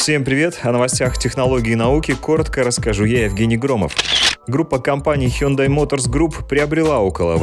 Всем привет! О новостях технологий и науки коротко расскажу я, Евгений Громов. Группа компаний Hyundai Motors Group приобрела около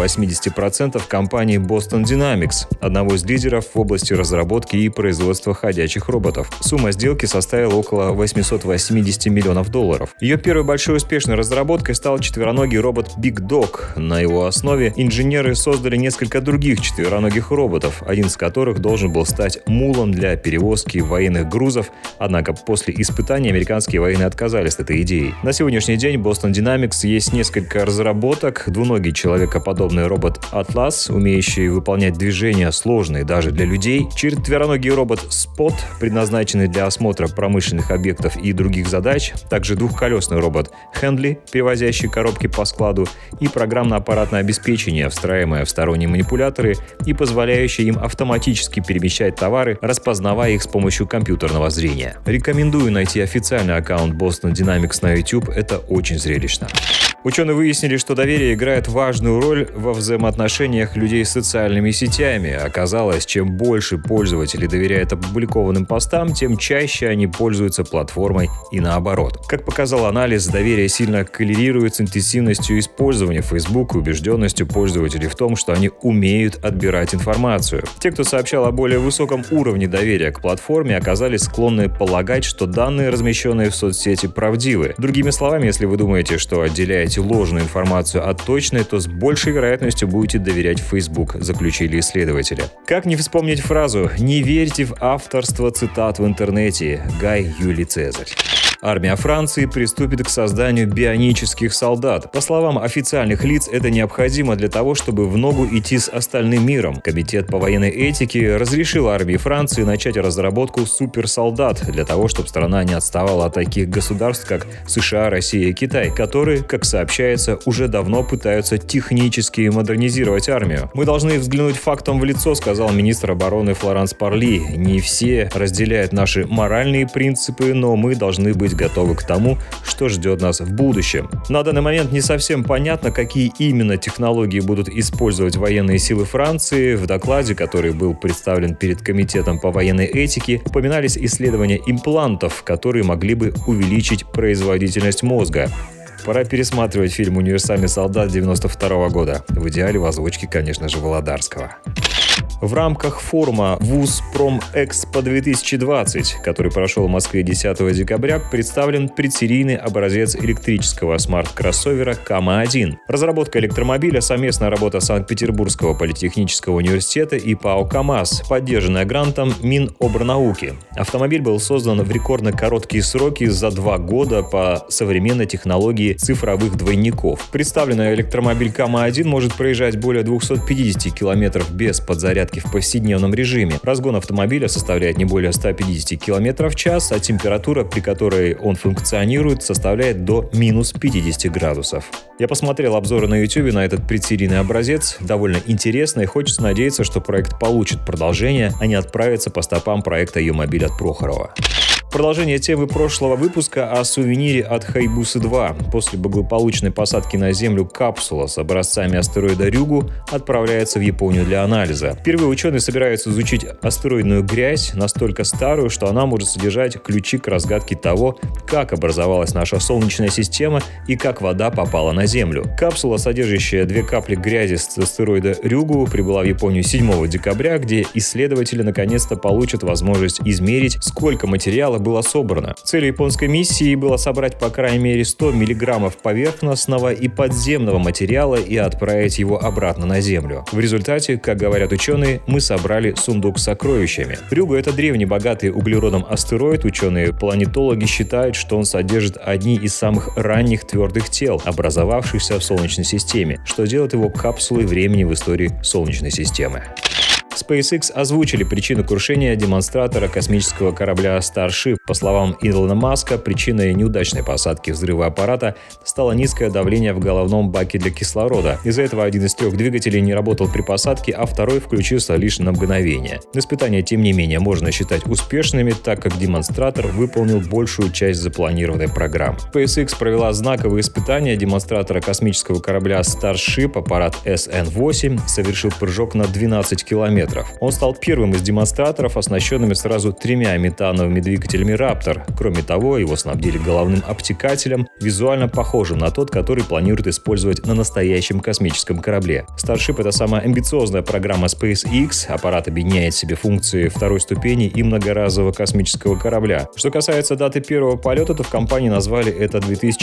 80% компании Boston Dynamics, одного из лидеров в области разработки и производства ходячих роботов. Сумма сделки составила около $880 миллионов. Ее первой большой успешной разработкой стал четвероногий робот Big Dog. На его основе инженеры создали несколько других четвероногих роботов, один из которых должен был стать мулом для перевозки военных грузов, однако после испытаний американские военные отказались от этой идеи. На сегодняшний день Boston Dynamics есть несколько разработок. Двуногий человекоподобный робот Atlas, умеющий выполнять движения сложные даже для людей. Четвероногий робот Spot, предназначенный для осмотра промышленных объектов и других задач. Также двухколесный робот Handley, перевозящий коробки по складу. И программно-аппаратное обеспечение, встраиваемое в сторонние манипуляторы и позволяющее им автоматически перемещать товары, распознавая их с помощью компьютерного зрения. Рекомендую найти официальный аккаунт Boston Dynamics на YouTube. Это очень зрелищно. Ученые выяснили, что доверие играет важную роль во взаимоотношениях людей с социальными сетями. Оказалось, чем больше пользователей доверяют опубликованным постам, тем чаще они пользуются платформой и наоборот. Как показал анализ, доверие сильно коррелирует с интенсивностью использования Facebook и убежденностью пользователей в том, что они умеют отбирать информацию. Те, кто сообщал о более высоком уровне доверия к платформе, оказались склонны полагать, что данные, размещенные в соцсети, правдивы. Другими словами, если вы думаете, что отделяете ложную информацию от точной, то с большей вероятностью будете доверять Facebook, заключили исследователи. Как не вспомнить фразу «Не верьте в авторство цитат в интернете» Гай Юлий Цезарь. Армия Франции приступит к созданию бионических солдат. По словам официальных лиц, это необходимо для того, чтобы в ногу идти с остальным миром. Комитет по военной этике разрешил армии Франции начать разработку суперсолдат для того, чтобы страна не отставала от таких государств, как США, Россия и Китай, которые, как сообщается, уже давно пытаются технически модернизировать армию. «Мы должны взглянуть фактам в лицо», — сказал министр обороны Флоранс Парли. «Не все разделяют наши моральные принципы, но мы должны быть готовы к тому, что ждет нас в будущем». На данный момент не совсем понятно, какие именно технологии будут использовать военные силы Франции. В докладе, который был представлен перед Комитетом по военной этике, упоминались исследования имплантов, которые могли бы увеличить производительность мозга. Пора пересматривать фильм «Универсальный солдат» 1992 года. В идеале в озвучке, конечно же, Володарского. В рамках форума ВУЗ Промэкспо 2020, который прошел в Москве 10 декабря, представлен предсерийный образец электрического смарт-кроссовера Кама-1. Разработка электромобиля – совместная работа Санкт-Петербургского политехнического университета и ПАО «КамАЗ», поддержанная грантом Минобрнауки. Автомобиль был создан в рекордно короткие сроки за 2 года по современной технологии цифровых двойников. Представленный электромобиль Кама-1 может проезжать более 250 км без подзарядки в повседневном режиме. Разгон автомобиля составляет не более 150 км в час, а температура, при которой он функционирует, составляет до минус 50 градусов. Я посмотрел обзоры на YouTube на этот предсерийный образец. Довольно интересно, и хочется надеяться, что проект получит продолжение, а не отправится по стопам проекта «Е-мобиль» от Прохорова. Продолжение темы прошлого выпуска о сувенире от Хайбусы-2. После благополучной посадки на Землю капсула с образцами астероида Рюгу отправляется в Японию для анализа. Впервые ученые собираются изучить астероидную грязь, настолько старую, что она может содержать ключи к разгадке того, как образовалась наша Солнечная система и как вода попала на Землю. Капсула, содержащая 2 капли грязи с астероида Рюгу, прибыла в Японию 7 декабря, где исследователи наконец-то получат возможность измерить, сколько материала было собрано. Целью японской миссии было собрать по крайней мере 100 мг поверхностного и подземного материала и отправить его обратно на Землю. В результате, как говорят ученые, мы собрали сундук с сокровищами. Рюгу — это древний, богатый углеродом астероид. Ученые-планетологи считают, что он содержит одни из самых ранних твердых тел, образовавшихся в Солнечной системе, что делает его капсулой времени в истории Солнечной системы. SpaceX озвучили причину крушения демонстратора космического корабля Starship. По словам Илона Маска, причиной неудачной посадки взрыва аппарата стало низкое давление в головном баке для кислорода. Из-за этого один из 3 двигателей не работал при посадке, а второй включился лишь на мгновение. Испытания, тем не менее, можно считать успешными, так как демонстратор выполнил большую часть запланированной программы. SpaceX провела знаковые испытания демонстратора космического корабля Starship. Аппарат SN-8 совершил прыжок на 12 километров. км. Он стал первым из демонстраторов, оснащенными сразу 3 метановыми двигателями Raptor. Кроме того, его снабдили головным обтекателем, визуально похожим на тот, который планируют использовать на настоящем космическом корабле. Starship — это самая амбициозная программа SpaceX. Аппарат объединяет в себе функции второй ступени и многоразового космического корабля. Что касается даты первого полета, то в компании назвали это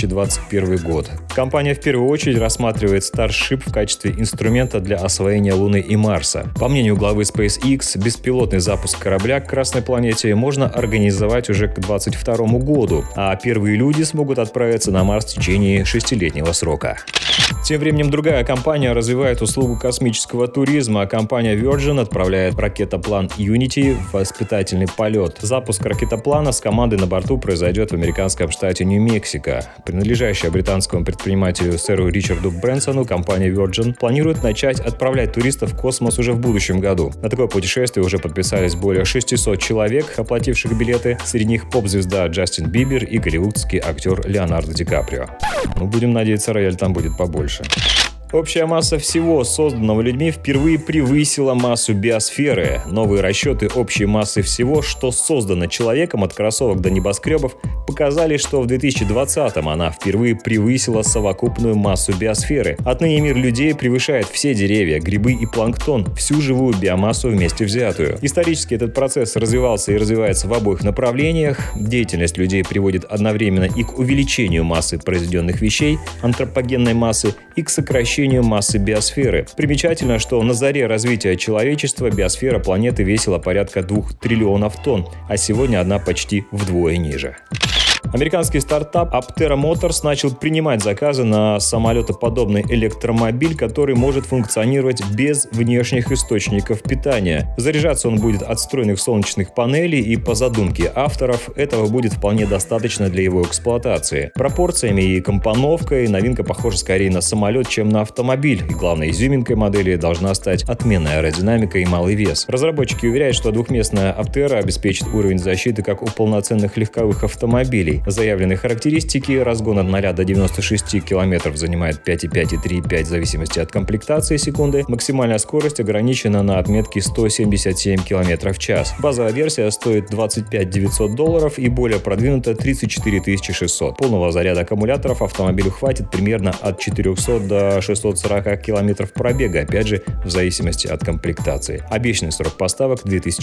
2021 год. Компания в первую очередь рассматривает Starship в качестве инструмента для освоения Луны и Марса. По мнению главы SpaceX, беспилотный запуск корабля к Красной планете можно организовать уже к 2022 году, а первые люди смогут отправиться на Марс в течение 6-летнего срока. Тем временем другая компания развивает услугу космического туризма. Компания Virgin отправляет ракетоплан Unity в воспитательный полет. Запуск ракетоплана с командой на борту произойдет в американском штате Нью-Мексико. Принадлежащая британскому предпринимателю сэру Ричарду Брэнсону, компания Virgin планирует начать отправлять туристов в космос уже в будущем году. На такое путешествие уже подписались более 600 человек, оплативших билеты. Среди них поп-звезда Джастин Бибер и голливудский актер Леонардо Ди Каприо. Будем надеяться, рояль там будет побольше. Общая масса всего, созданного людьми, впервые превысила массу биосферы. Новые расчеты общей массы всего, что создано человеком от кроссовок до небоскребов, показали, что в 2020-м она впервые превысила совокупную массу биосферы. Отныне мир людей превышает все деревья, грибы и планктон, всю живую биомассу вместе взятую. Исторически этот процесс развивался и развивается в обоих направлениях. Деятельность людей приводит одновременно и к увеличению массы произведенных вещей, антропогенной массы, и к сокращению массы биосферы. Примечательно, что на заре развития человечества биосфера планеты весила порядка 2 триллионов тонн, а сегодня она почти вдвое ниже. Американский стартап Aptera Motors начал принимать заказы на самолетоподобный электромобиль, который может функционировать без внешних источников питания. Заряжаться он будет от встроенных солнечных панелей, и по задумке авторов этого будет вполне достаточно для его эксплуатации. Пропорциями и компоновкой новинка похожа скорее на самолет, чем на автомобиль, и главной изюминкой модели должна стать отменная аэродинамика и малый вес. Разработчики уверяют, что двухместная Aptera обеспечит уровень защиты, как у полноценных легковых автомобилей. Заявленные характеристики: разгон от 0 до 96 км занимает 5,5 и 3,5 в зависимости от комплектации секунды. Максимальная скорость ограничена на отметке 177 км в час. Базовая версия стоит $25 900 и более продвинутая $34 600. Полного заряда аккумуляторов автомобилю хватит примерно от 400 до 640 км пробега, опять же, в зависимости от комплектации. Обещанный срок поставок —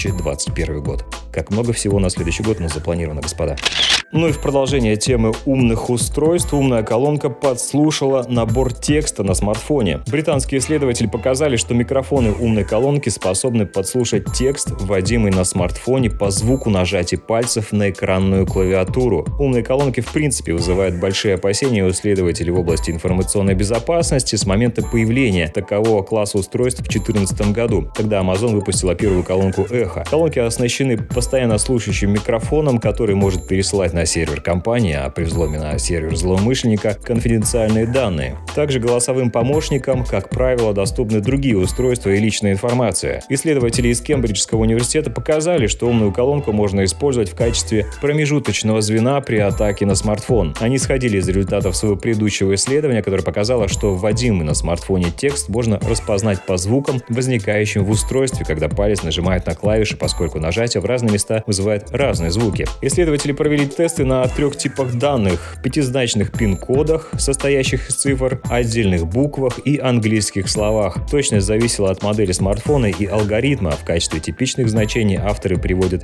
2021 год. Как много всего на следующий год у нас запланировано, господа. Ну и в продолжение темы умных устройств, умная колонка подслушала набор текста на смартфоне. Британские исследователи показали, что микрофоны умной колонки способны подслушать текст, вводимый на смартфоне по звуку нажатия пальцев на экранную клавиатуру. Умные колонки в принципе вызывают большие опасения у исследователей в области информационной безопасности с момента появления такового класса устройств в 2014 году, когда Amazon выпустила первую колонку Echo. Колонки оснащены постоянно слушающим микрофоном, который может пересылать на сервер компании, а при взломе на сервер злоумышленника, конфиденциальные данные. Также голосовым помощникам, как правило, доступны другие устройства и личная информация. Исследователи из Кембриджского университета показали, что умную колонку можно использовать в качестве промежуточного звена при атаке на смартфон. Они исходили из результатов своего предыдущего исследования, которое показало, что вводимый на смартфоне текст можно распознать по звукам, возникающим в устройстве, когда палец нажимает на клавиши, поскольку нажатие в разные места вызывает разные звуки. Исследователи провели тесты на 3 типах данных: пятизначных пин-кодах, состоящих из цифр, отдельных буквах и английских словах. Точность зависела от модели смартфона и алгоритма. В качестве типичных значений авторы приводят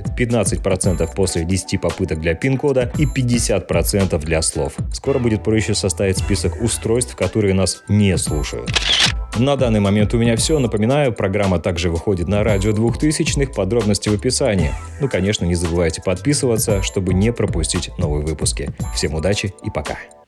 15% после 10 попыток для пин-кода и 50% для слов. Скоро будет проще составить список устройств, которые нас не слушают. На данный момент у меня все. Напоминаю, программа также выходит на радио 2000-х, подробности в описании. Ну, конечно, не забывайте подписываться, чтобы не пропустить новые выпуски. Всем удачи и пока!